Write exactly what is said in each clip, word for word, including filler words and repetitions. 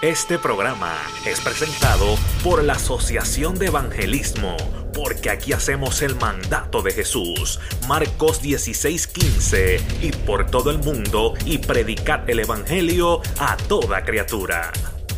Este programa es presentado por la Asociación de Evangelismo, porque aquí hacemos el mandato de Jesús, Marcos dieciséis quince, y por todo el mundo, y predicad el Evangelio a toda criatura.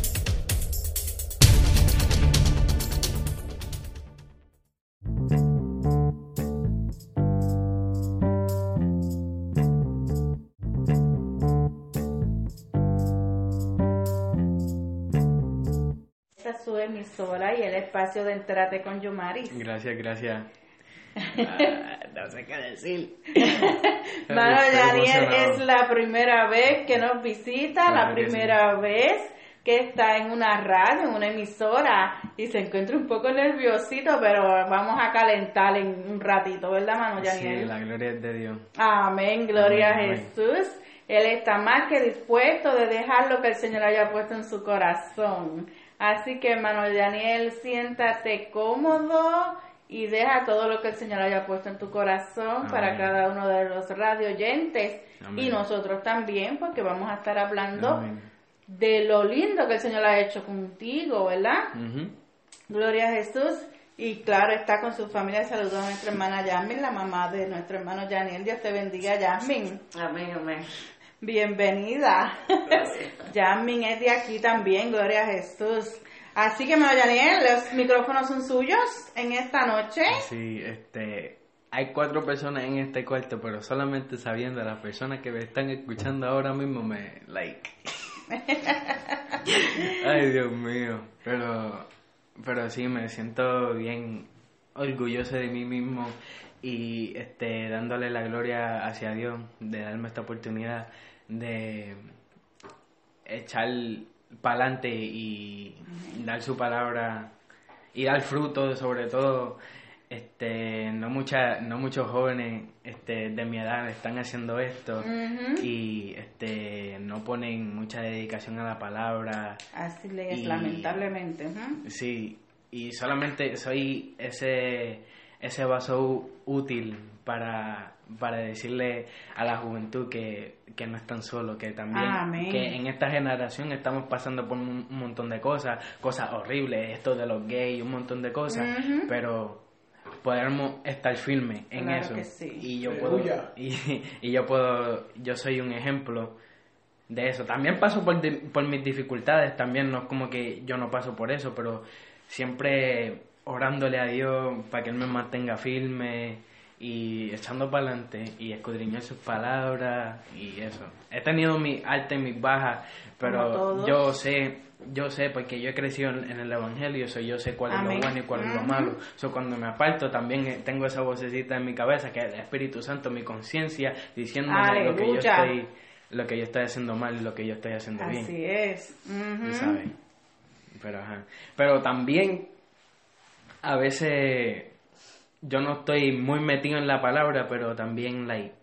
Su emisora y el espacio de Entrate con Yomaris. Gracias, gracias. Ah, no sé qué decir. Mano, Daniel es la primera vez que nos visita, claro, la primera sí. vez que está en una radio, en una emisora, y se encuentra un poco nerviosito, pero vamos a calentar en un ratito, ¿verdad, mano, Daniel? Sí, la gloria es de Dios. Amén, gloria amén, a Jesús. Amén. Él está más que dispuesto de dejar lo que el Señor haya puesto en su corazón. Así que, hermano Daniel, siéntate cómodo y deja todo lo que el Señor haya puesto en tu corazón. Amén. Para cada uno de los radio oyentes. Amén. Y nosotros también, porque vamos a estar hablando Amén. De lo lindo que el Señor ha hecho contigo, ¿verdad? Uh-huh. Gloria a Jesús. Y claro, está con su familia. Saludos a nuestra hermana Yasmin, la mamá de nuestro hermano Daniel. Dios te bendiga, Yasmin. Amén, amén. Bienvenida. Yasmin es de aquí también, gloria a Jesús. Así que, hermano Daniel, los micrófonos son suyos en esta noche. Sí, este, hay cuatro personas en este cuarto, pero solamente sabiendo las personas que me están escuchando ahora mismo me like. Ay, Dios mío, pero, pero sí, me siento bien orgulloso de mí mismo y este, dándole la gloria hacia Dios de darme esta oportunidad de echar para adelante y dar su palabra y dar fruto, sobre todo. Este, no mucha, no muchos jóvenes este, de mi edad están haciendo esto. Uh-huh. Y este, no ponen mucha dedicación a la palabra. Así es, y, lamentablemente. Uh-huh. Sí, y solamente soy ese ese vaso útil para para decirle a la juventud que, que no están solos, que también Amén. Que en esta generación estamos pasando por un, un montón de cosas, cosas horribles, esto de los gays, un montón de cosas, uh-huh. pero podemos estar firmes en claro eso. Que sí. Y yo puedo y, y yo puedo yo soy un ejemplo de eso. También paso por por mis dificultades, también no es como que yo no paso por eso, pero siempre orándole a Dios para que Él me mantenga firme y echando para adelante y escudriñar sus palabras y eso. He tenido mis altas y mis bajas, pero yo sé, yo sé porque yo he crecido en, en el Evangelio, so yo sé cuál Amén. Es lo bueno y cuál uh-huh. es lo malo. So cuando me aparto también tengo esa vocecita en mi cabeza que es el Espíritu Santo, mi conciencia, diciéndome lo que yo estoy, lo que yo estoy haciendo mal y lo que yo estoy haciendo Así bien. Así es. Uh-huh. ¿Sabes? Pero ajá. Pero también a veces yo no estoy muy metido en la palabra, pero también like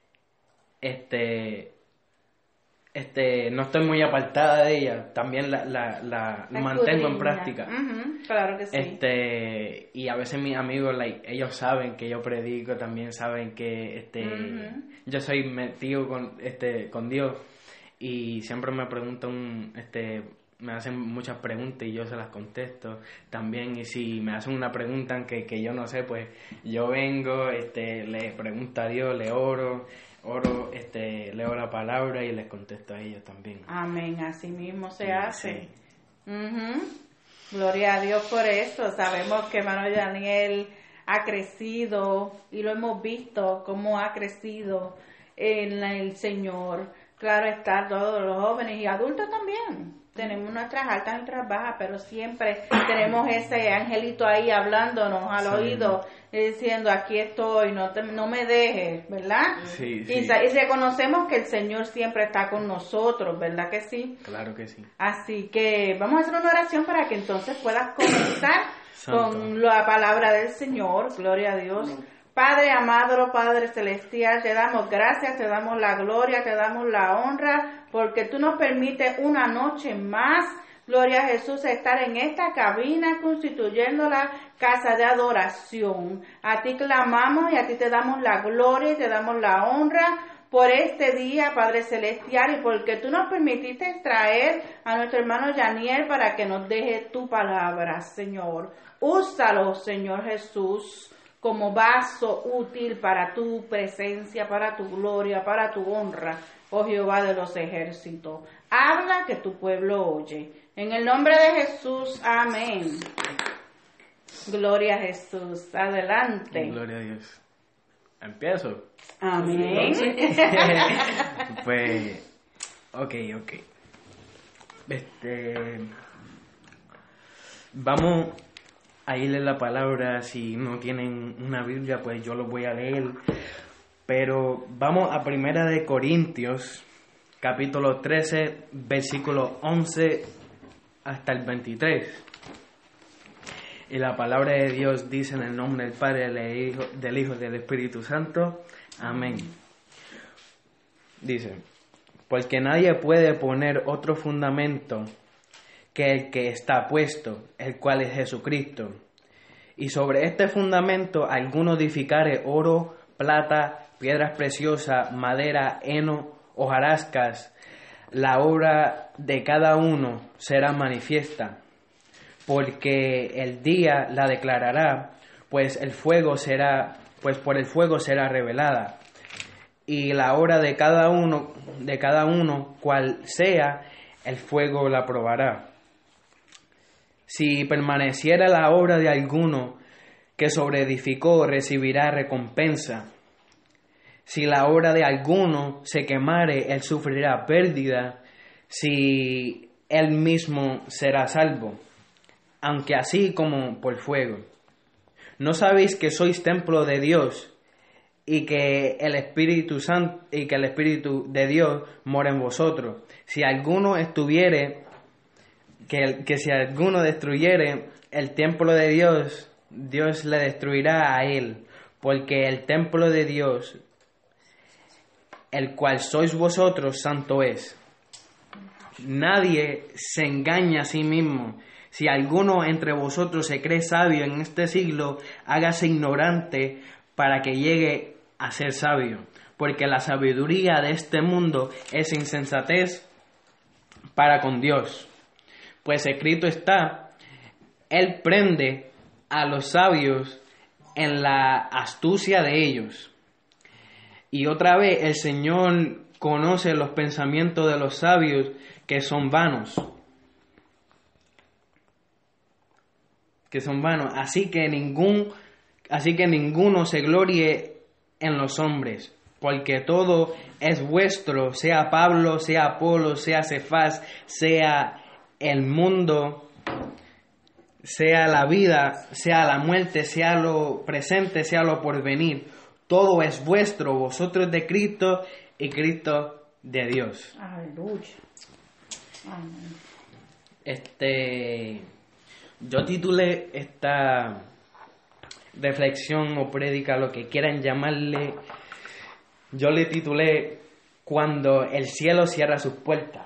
este este no estoy muy apartada de ella, también la la, la, la mantengo en práctica. Uh-huh, claro que sí. Este y a veces mis amigos like ellos saben que yo predico, también saben que este uh-huh. yo soy metido con este con Dios y siempre me preguntan este me hacen muchas preguntas y yo se las contesto también, y si me hacen una pregunta que, que yo no sé, pues yo vengo, este, le pregunto a Dios, le oro, oro, este, leo la palabra y les contesto a ellos también. Amén, así mismo se sí, hace. Sí. Uh-huh. Gloria a Dios por eso. Sabemos que hermano Daniel ha crecido y lo hemos visto cómo ha crecido en el Señor. Claro está, todos los jóvenes y adultos también. Tenemos nuestras altas y nuestras bajas, pero siempre tenemos ese angelito ahí hablándonos al sí. oído, diciendo aquí estoy, no te, no me dejes, ¿verdad? Sí, sí. Y, y reconocemos que el Señor siempre está con nosotros, ¿verdad que sí? Claro que sí. Así que vamos a hacer una oración para que entonces puedas comenzar con la palabra del Señor, gloria a Dios. Padre amado, Padre celestial, te damos gracias, te damos la gloria, te damos la honra, porque tú nos permites una noche más, gloria a Jesús, estar en esta cabina constituyendo la casa de adoración. A ti clamamos y a ti te damos la gloria y te damos la honra, por este día, Padre Celestial, y porque tú nos permitiste traer a nuestro hermano Yaniel para que nos deje tu palabra, Señor. Úsalo, Señor Jesús, como vaso útil para tu presencia, para tu gloria, para tu honra, oh Jehová de los ejércitos. Habla que tu pueblo oye. En el nombre de Jesús, amén. Gloria a Jesús. Adelante. Gloria a Dios. ¿Empiezo? Amén. Pues, ok, ok. Este, vamos a irle la palabra. Si no tienen una Biblia, pues yo lo voy a leer. Pero vamos a Primera de Corintios, capítulo trece, versículo once hasta el veintitrés. Y la palabra de Dios dice en el nombre del Padre, del Hijo, del Hijo y del Espíritu Santo. Amén. Dice, porque nadie puede poner otro fundamento que el que está puesto, el cual es Jesucristo. Y sobre este fundamento alguno edificare oro, plata, piedras preciosas, madera, heno, hojarascas. La obra de cada uno será manifiesta, porque el día la declarará, pues el fuego será, pues por el fuego será revelada, y la obra de cada uno, de cada uno, cual sea, el fuego la probará. Si permaneciera la obra de alguno que sobreedificó, recibirá recompensa. Si la obra de alguno se quemare, él sufrirá pérdida, si él mismo será salvo, aunque así como por fuego. ¿No sabéis que sois templo de Dios y que el Espíritu Santo y que el Espíritu de Dios mora en vosotros? Si alguno estuviere, que, que si alguno destruyere el templo de Dios, Dios le destruirá a él, porque el templo de Dios, el cual sois vosotros, santo es. Nadie se engaña a sí mismo. Si alguno entre vosotros se cree sabio en este siglo, hágase ignorante para que llegue a ser sabio. Porque la sabiduría de este mundo es insensatez para con Dios. Pues escrito está, Él prende a los sabios en la astucia de ellos. Y otra vez el Señor conoce los pensamientos de los sabios, que son vanos. que son vanos, así que ningún, así que ninguno se gloríe en los hombres, porque todo es vuestro, sea Pablo, sea Apolo, sea Cefas, sea el mundo, sea la vida, sea la muerte, sea lo presente, sea lo porvenir, todo es vuestro, vosotros de Cristo y Cristo de Dios. Aleluya. Amén. Este, yo titulé esta reflexión o prédica, lo que quieran llamarle, yo le titulé Cuando el cielo cierra sus puertas.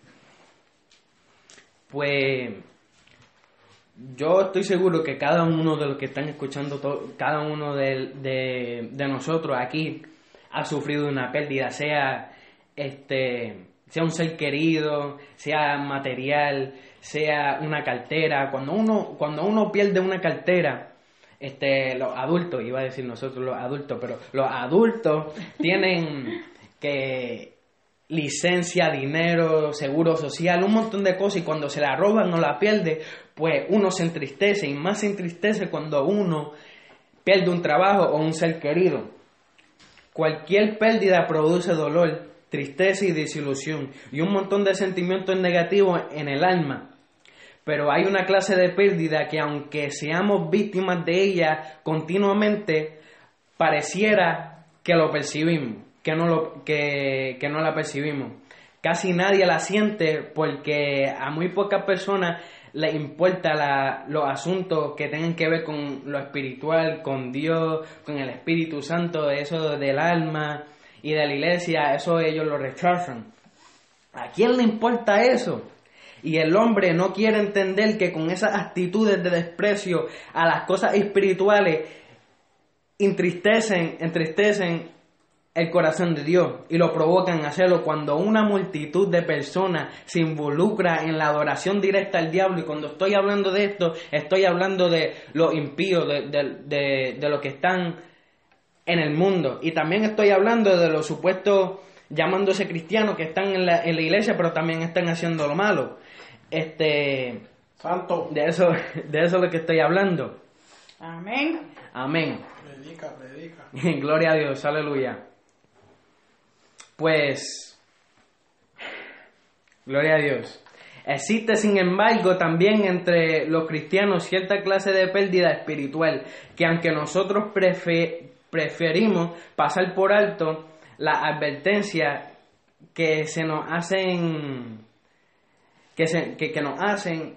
Pues yo estoy seguro que cada uno de los que están escuchando, todo, cada uno de, de, de nosotros aquí ha sufrido una pérdida, sea este sea un ser querido, sea material, sea una cartera. Cuando uno cuando uno pierde una cartera, este los adultos, iba a decir nosotros los adultos, pero los adultos tienen que licencia, dinero, seguro social, un montón de cosas, y cuando se la roban o la pierde, pues uno se entristece, y más se entristece cuando uno pierde un trabajo o un ser querido. Cualquier pérdida produce dolor, tristeza y desilusión, y un montón de sentimientos negativos en el alma. Pero hay una clase de pérdida que, aunque seamos víctimas de ella continuamente, pareciera que lo percibimos, que no, lo, que, que no la percibimos. Casi nadie la siente porque a muy pocas personas les importa la, los asuntos que tengan que ver con lo espiritual, con Dios, con el Espíritu Santo, eso del alma y de la iglesia, eso ellos lo rechazan. ¿A quién le importa eso? Y el hombre no quiere entender que con esas actitudes de desprecio a las cosas espirituales entristecen, entristecen el corazón de Dios y lo provocan a hacerlo cuando una multitud de personas se involucra en la adoración directa al diablo. Y cuando estoy hablando de esto, estoy hablando de los impíos, de, de, de, de los que están en el mundo. Y también estoy hablando de los supuestos llamándose cristianos que están en la, en la iglesia, pero también están haciendo lo malo. Este, Santo. de eso, de eso es lo que estoy hablando. Amén. Amén. Predica, predica. Gloria a Dios, aleluya. Pues, gloria a Dios. Existe, sin embargo, también entre los cristianos cierta clase de pérdida espiritual que, aunque nosotros prefe- preferimos pasar por alto las advertencias que se nos hacen, que, se, que, que nos hacen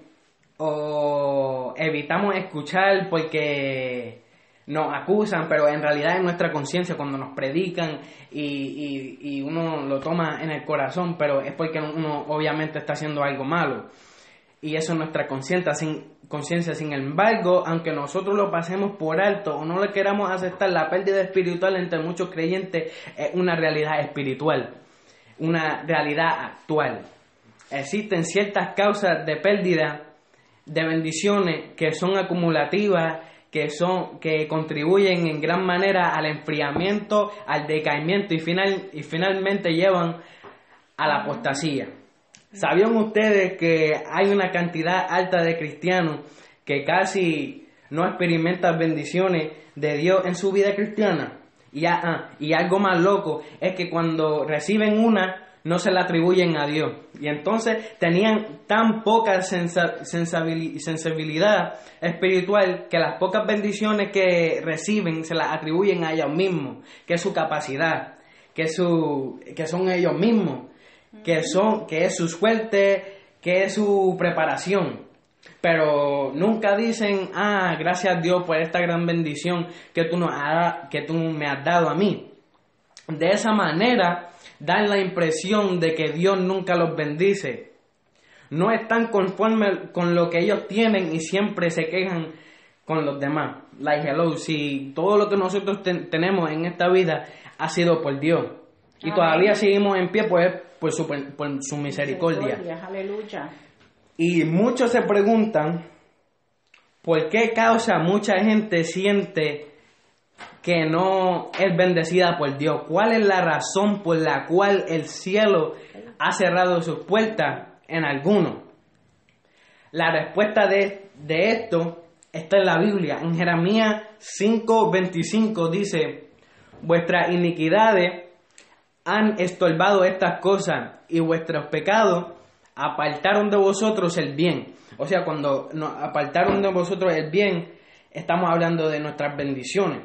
o evitamos escuchar porque nos acusan, pero en realidad es nuestra conciencia cuando nos predican y, y, y uno lo toma en el corazón, pero es porque uno obviamente está haciendo algo malo. Y eso es nuestra conciencia. Sin, conciencia. Sin embargo, aunque nosotros lo pasemos por alto o no le queramos aceptar, la pérdida espiritual entre muchos creyentes es una realidad espiritual, una realidad actual. Existen ciertas causas de pérdida de bendiciones que son acumulativas, que son que contribuyen en gran manera al enfriamiento, al decaimiento y final y finalmente llevan a la apostasía. ¿Sabían ustedes que hay una cantidad alta de cristianos que casi no experimentan bendiciones de Dios en su vida cristiana? Y, ah, y algo más loco es que cuando reciben una, no se la atribuyen a Dios. Y entonces tenían tan poca sensa- sensibilidad espiritual que las pocas bendiciones que reciben se las atribuyen a ellos mismos, que es su capacidad, que, su, que son ellos mismos, que, son, que es su suerte, que es su preparación. Pero nunca dicen, ah, gracias a Dios por esta gran bendición que tú, nos ha, que tú me has dado a mí. De esa manera dan la impresión de que Dios nunca los bendice. No están conformes con lo que ellos tienen y siempre se quejan con los demás. Like hello, si todo lo que nosotros ten- tenemos en esta vida ha sido por Dios y Amén. Todavía seguimos en pie, pues por su, por su misericordia. Misericordia, aleluya. Y muchos se preguntan por qué causa mucha gente siente que no es bendecida por Dios. ¿Cuál es la razón por la cual el cielo ha cerrado sus puertas en algunos? La respuesta de, de esto está en la Biblia. En Jeremías cinco veinticinco dice: vuestras iniquidades han estorbado estas cosas y vuestros pecados apartaron de vosotros el bien. O sea, cuando nos apartaron de vosotros el bien, estamos hablando de nuestras bendiciones.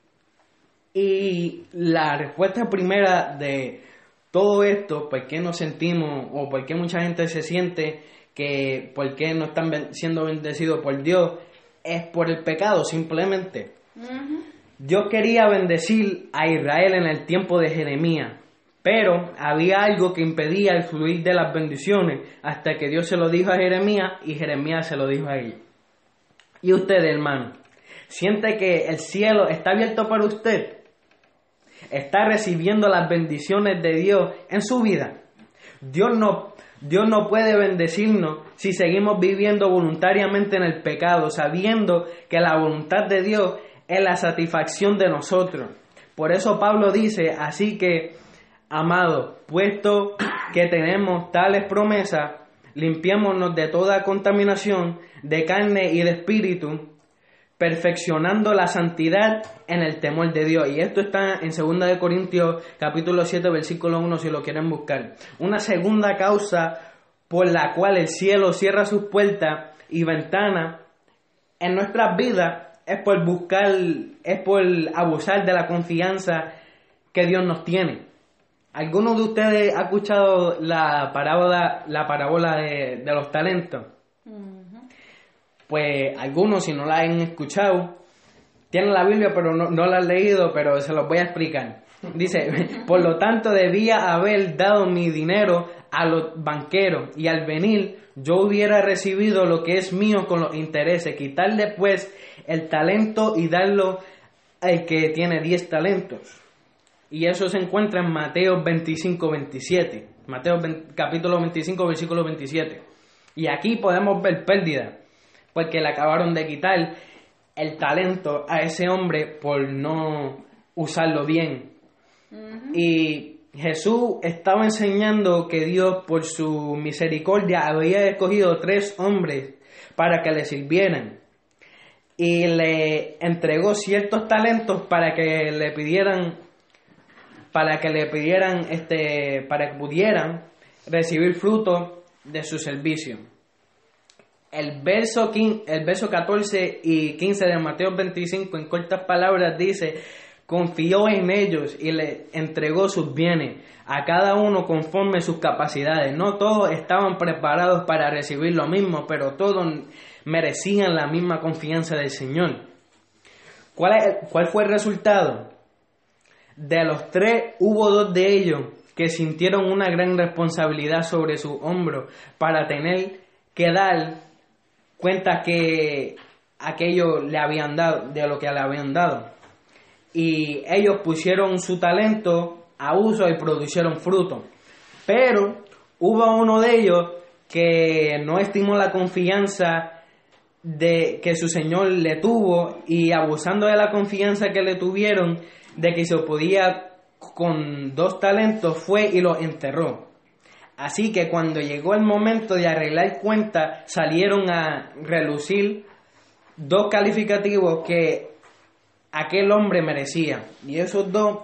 Y la respuesta primera de todo esto, por qué nos sentimos o por qué mucha gente se siente que por qué no están ben- siendo bendecidos por Dios, es por el pecado simplemente. Uh-huh. Dios quería bendecir a Israel en el tiempo de Jeremías, pero había algo que impedía el fluir de las bendiciones hasta que Dios se lo dijo a Jeremías y Jeremías se lo dijo a ellos. ¿Y usted, hermano, siente que el cielo está abierto para usted? ¿Está recibiendo las bendiciones de Dios en su vida? Dios no, Dios no puede bendecirnos si seguimos viviendo voluntariamente en el pecado, sabiendo que la voluntad de Dios es la satisfacción de nosotros. Por eso Pablo dice, así que, amados, puesto que tenemos tales promesas, limpiémonos de toda contaminación de carne y de espíritu, perfeccionando la santidad en el temor de Dios. Y esto está en segunda de Corintios capítulo siete versículo uno si lo quieren buscar. Una segunda causa por la cual el cielo cierra sus puertas y ventanas en nuestras vidas es por buscar, es por abusar de la confianza que Dios nos tiene. ¿Alguno de ustedes ha escuchado la parábola, la parábola de, de los talentos? Uh-huh. Pues algunos, si no la han escuchado, tienen la Biblia pero no, no la han leído, pero se los voy a explicar. Dice, por lo tanto debía haber dado mi dinero a los banqueros y al venir yo hubiera recibido lo que es mío con los intereses, quitarle pues el talento y darlo al que tiene diez talentos. Y eso se encuentra en Mateo veinticinco veintisiete. Mateo veinte, capítulo veinticinco, versículo veintisiete. Y aquí podemos ver pérdida, porque le acabaron de quitar el talento a ese hombre por no usarlo bien. Uh-huh. Y Jesús estaba enseñando que Dios, por su misericordia, había escogido tres hombres para que le sirvieran. Y le entregó ciertos talentos para que le pidieran, para que le pidieran, este, para que pudieran recibir fruto de su servicio. El verso, el verso catorce y quince de Mateo veinticinco, en cortas palabras, dice: confió en ellos y le entregó sus bienes, a cada uno conforme sus capacidades. No todos estaban preparados para recibir lo mismo, pero todos merecían la misma confianza del Señor. ¿Cuál, es, cuál fue el resultado? De los tres, hubo dos de ellos que sintieron una gran responsabilidad sobre sus hombros para tener que dar cuenta que aquello le habían dado, de lo que le habían dado. Y ellos pusieron su talento a uso y produjeron fruto. Pero hubo uno de ellos que no estimó la confianza de que su Señor le tuvo, y abusando de la confianza que le tuvieron de que se podía con dos talentos, fue y los enterró. Así que cuando llegó el momento de arreglar cuentas, salieron a relucir dos calificativos que aquel hombre merecía, y esos dos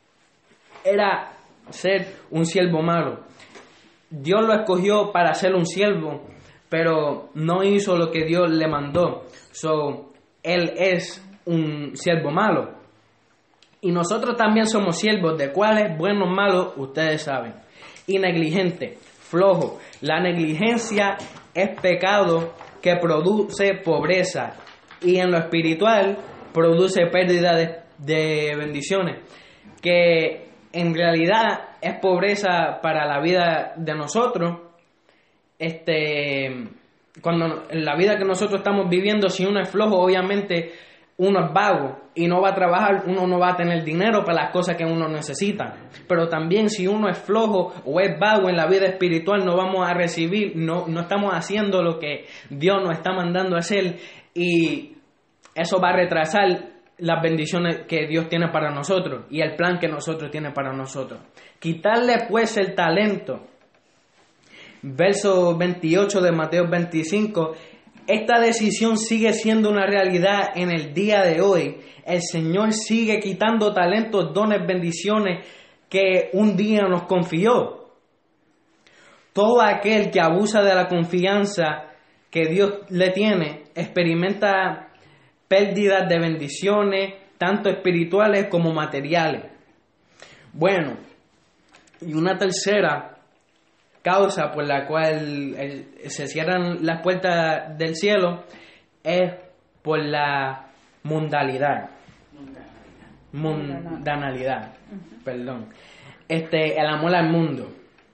era ser un siervo malo. Dios lo escogió para ser un siervo, pero no hizo lo que Dios le mandó. So, él es un siervo malo. Y nosotros también somos siervos, de cuáles, buenos, malos, ustedes saben. Y negligente, flojo. La negligencia es pecado que produce pobreza, y en lo espiritual produce pérdida de, de bendiciones, que en realidad es pobreza para la vida de nosotros. Este, cuando en la vida que nosotros estamos viviendo, si uno es flojo, obviamente uno es vago y no va a trabajar, uno no va a tener dinero para las cosas que uno necesita. Pero también si uno es flojo o es vago en la vida espiritual, no vamos a recibir, no, no estamos haciendo lo que Dios nos está mandando a hacer, y eso va a retrasar las bendiciones que Dios tiene para nosotros y el plan que nosotros tiene para nosotros. Quitarle pues el talento. Verso veintiocho de Mateo veinticinco. Esta decisión sigue siendo una realidad en el día de hoy. El Señor sigue quitando talentos, dones, bendiciones que un día nos confió. Todo aquel que abusa de la confianza que Dios le tiene experimenta pérdidas de bendiciones, tanto espirituales como materiales. Bueno, y una tercera causa por la cual el, se cierran las puertas del cielo es por la mundanalidad. Mundanalidad. Mundanalidad. Uh-huh. Perdón. Este, el amor al mundo.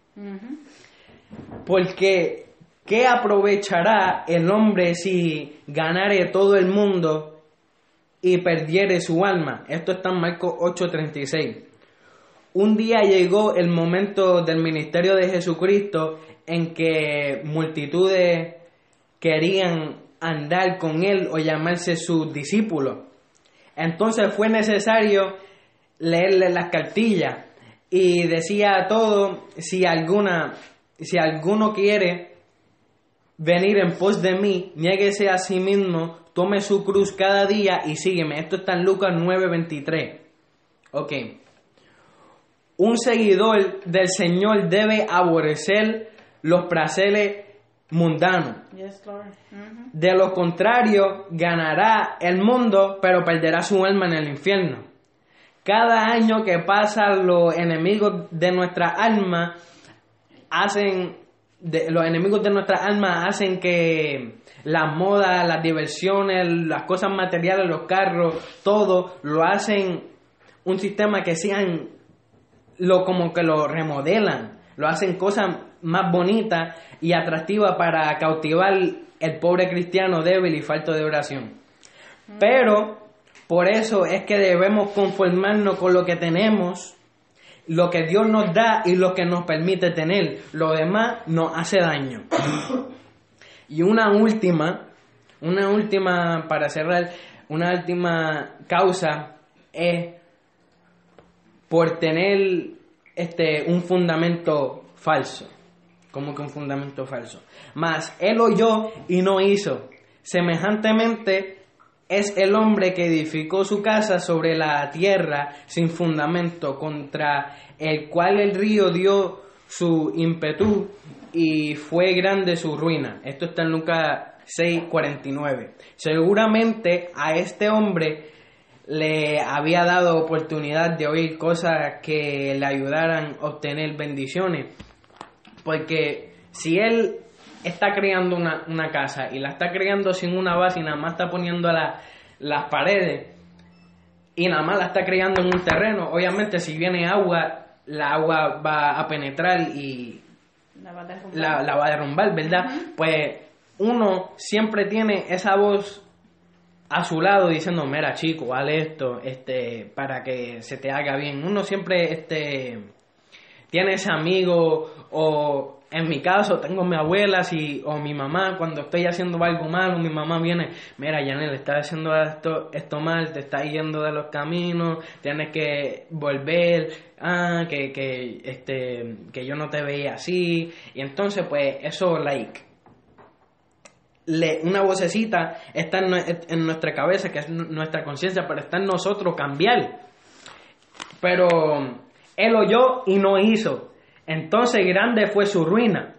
Uh-huh. Porque ¿qué aprovechará el hombre si ganare todo el mundo y perdiere su alma? Esto está en Marcos ocho treinta y seis. Un día llegó el momento del ministerio de Jesucristo en que multitudes querían andar con él o llamarse sus discípulos. Entonces fue necesario leerle las cartillas, y decía a todos: si alguna, si alguno quiere venir en pos de mí, niéguese a sí mismo, tome su cruz cada día y sígueme. Esto está en Lucas nueve veintitrés. Ok. Un seguidor del Señor debe aborrecer los placeres mundanos. Yes, Lord. Uh-huh. De lo contrario, ganará el mundo, pero perderá su alma en el infierno. Cada año que pasa, los enemigos de nuestra alma hacen, de, los enemigos de nuestra alma hacen que las modas, las diversiones, las cosas materiales, los carros, todo lo hacen un sistema que sean lo como que lo remodelan, lo hacen cosas más bonitas y atractivas para cautivar el pobre cristiano débil y falto de oración. Pero por eso es que debemos conformarnos con lo que tenemos lo que Dios nos da y lo que nos permite tener. Lo demás nos hace daño. Y una última, una última, para cerrar, una última causa es por tener este un fundamento falso. ¿Cómo que un fundamento falso? Mas él oyó y no hizo. Semejantemente es el hombre que edificó su casa sobre la tierra sin fundamento, contra el cual el río dio su ímpetu y fue grande su ruina. Esto está en Lucas seis cuarenta y nueve. Seguramente a este hombre le había dado oportunidad de oír cosas que le ayudaran a obtener bendiciones. Porque si él está creando una, una casa y la está creando sin una base y nada más está poniendo la, las paredes y nada más la está creando en un terreno, obviamente si viene agua, la agua va a penetrar y La va a derrumbar. la, la va a derrumbar, ¿verdad? Uh-huh. Pues uno siempre tiene esa voz a su lado diciendo, mira chico, haz esto, este, para que se te haga bien. Uno siempre este, tiene ese amigo, o en mi caso tengo mi abuela si, o mi mamá, cuando estoy haciendo algo malo, mi mamá viene, mira Yanel, estás haciendo esto, esto mal, te estás yendo de los caminos, tienes que volver, ah, que, que, este, que yo no te veía así. Y entonces pues eso, like, Le, una vocecita está en, en nuestra cabeza, que es nuestra conciencia, pero está en nosotros cambiar. Pero él oyó y no hizo. Entonces grande fue su ruina.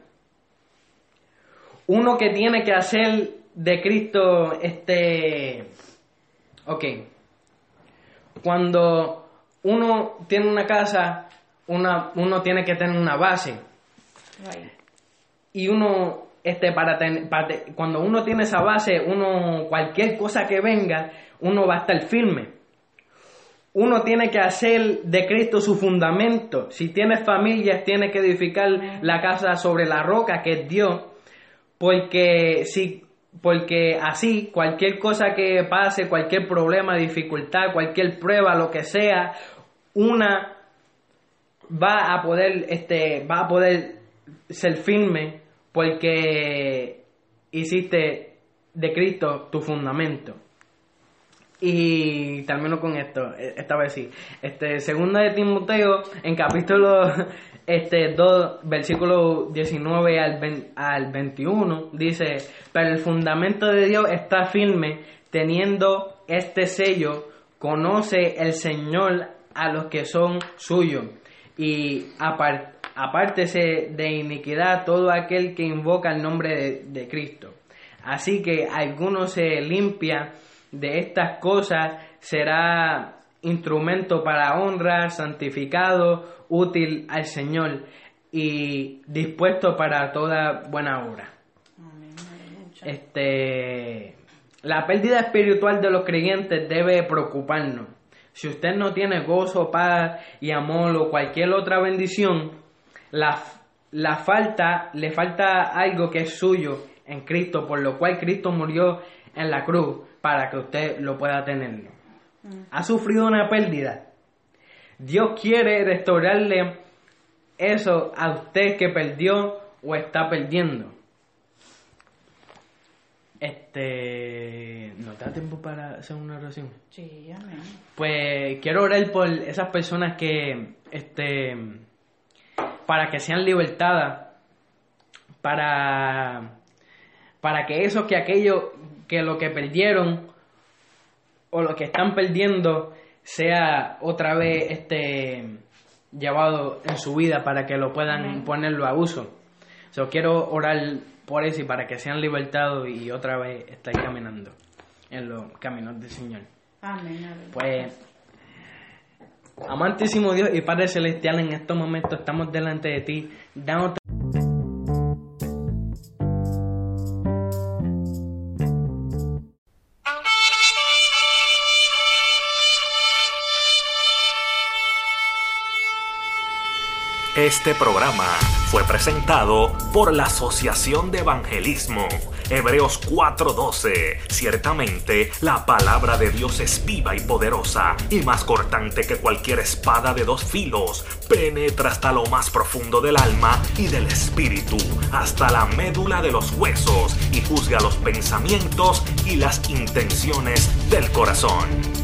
Uno que tiene que hacer de Cristo, este, ok, cuando uno tiene una casa, una, uno tiene que tener una base. Right. Y uno Este, para, ten, para te, cuando uno tiene esa base, uno cualquier cosa que venga, uno va a estar firme. Uno tiene que hacer de Cristo su fundamento. Si tienes familias, tienes que edificar la casa sobre la roca que es Dios, porque si, porque así cualquier cosa que pase, cualquier problema, dificultad, cualquier prueba, lo que sea, una va a poder, este, va a poder ser firme. Porque hiciste de Cristo tu fundamento. Y termino con esto, esta vez sí. Este, segunda de Timoteo, en capítulo este, dos, versículo diecinueve al veintiuno, dice, pero el fundamento de Dios está firme, teniendo este sello, conoce el Señor a los que son suyos. Y aparte, apártese de iniquidad todo aquel que invoca el nombre de, de Cristo. Así que alguno se limpia de estas cosas, será instrumento para honra, santificado, útil al Señor y dispuesto para toda buena obra. Este, la pérdida espiritual de los creyentes debe preocuparnos. Si usted no tiene gozo, paz y amor o cualquier otra bendición, La, la falta, le falta algo que es suyo en Cristo, por lo cual Cristo murió en la cruz para que usted lo pueda tener. Mm. ¿Ha sufrido una pérdida? Dios quiere restaurarle eso a usted que perdió o está perdiendo. Este, ¿no te da tiempo para hacer una oración? Sí, amén. Pues quiero orar por esas personas que, este, para que sean libertadas, para, para que eso, que aquello, que lo que perdieron o lo que están perdiendo sea otra vez este llevado en su vida para que lo puedan Amén. Ponerlo a uso. So, quiero orar por eso y para que sean libertados y otra vez estar caminando en los caminos del Señor. Amén. Amén. Pues, amantísimo Dios y Padre Celestial, en estos momentos estamos delante de ti, dándote Este programa fue presentado por la Asociación de Evangelismo Hebreos cuatro doce. Ciertamente, la palabra de Dios es viva y poderosa, y más cortante que cualquier espada de dos filos. Penetra hasta lo más profundo del alma y del espíritu, hasta la médula de los huesos, y juzga los pensamientos y las intenciones del corazón.